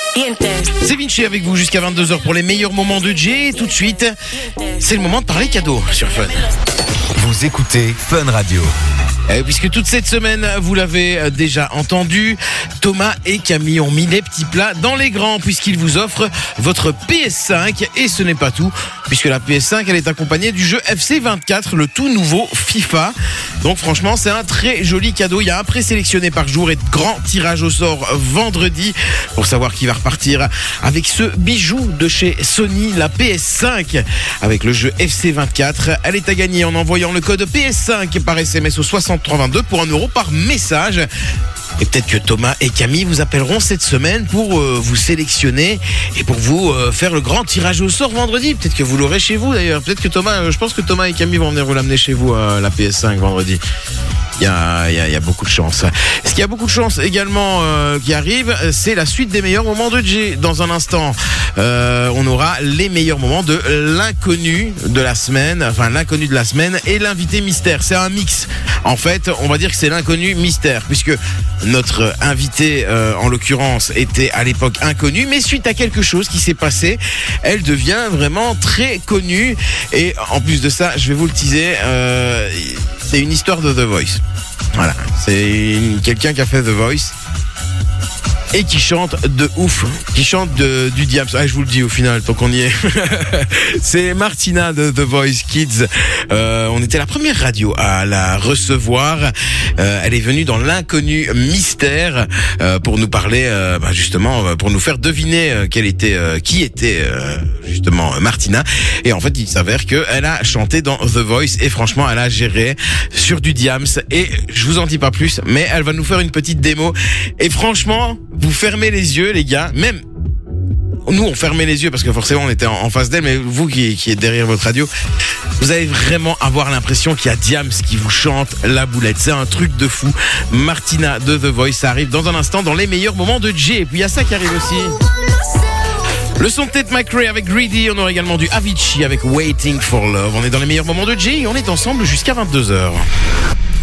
C'est Vinci avec vous jusqu'à 22h pour les meilleurs moments de Jay. Tout de suite, c'est le moment de parler cadeaux sur Fun. Vous écoutez Fun Radio. Puisque toute cette semaine, vous l'avez déjà entendu, Thomas et Camille ont mis les petits plats dans les grands puisqu'ils vous offrent votre PS5. Et ce n'est pas tout, puisque la PS5, elle est accompagnée du jeu FC24, le tout nouveau FIFA. Donc franchement, c'est un très joli cadeau. Il y a un présélectionné par jour et de grands tirages au sort vendredi pour savoir qui va repartir avec ce bijou de chez Sony, la PS5, avec le jeu FC24. Elle est à gagner en envoyant le code PS5 par SMS au 6322 pour 1 euro par message. Et peut-être que Thomas et Camille vous appelleront cette semaine pour vous sélectionner et pour vous faire le grand tirage au sort vendredi. Peut-être que vous l'aurez chez vous d'ailleurs. Peut-être que Thomas, je pense que Thomas et Camille vont venir vous l'amener chez vous la PS5 vendredi. Il y a beaucoup de chance. Ce qui a beaucoup de chance également qui arrive, c'est la suite des meilleurs moments de Jay. Dans un instant, on aura les meilleurs moments de l'inconnu de la semaine, enfin l'inconnu de la semaine et l'invité mystère. C'est un mix. En fait, on va dire que c'est l'inconnu mystère, puisque notre invité, en l'occurrence, était à l'époque inconnu, mais suite à quelque chose qui s'est passé, elle devient vraiment très connue. Et en plus de ça, je vais vous le teaser, c'est une histoire de The Voice. Voilà, c'est quelqu'un qui a fait The Voice et qui chante de ouf, qui chante du Diams. Ah, je vous le dis au final, tant qu'on y est. C'est Martina de The Voice Kids. On était la première radio à la recevoir. Elle est venue dans l'inconnu mystère pour nous parler, justement, pour nous faire deviner qui était justement Martina. Et en fait, il s'avère qu'elle a chanté dans The Voice et franchement, elle a géré sur du Diams. Et je vous en dis pas plus, mais elle va nous faire une petite démo. Et franchement, vous fermez les yeux, les gars. Même nous, on fermait les yeux parce que forcément, on était en face d'elle. Mais vous qui êtes derrière votre radio, vous allez vraiment avoir l'impression qu'il y a Diams qui vous chante la boulette. C'est un truc de fou. Martina de The Voice, ça arrive dans un instant dans les meilleurs moments de Jay. Et puis il y a ça qui arrive aussi. Le son de Tate McRae avec Greedy. On aura également du Avicii avec Waiting for Love. On est dans les meilleurs moments de Jay et on est ensemble jusqu'à 22h.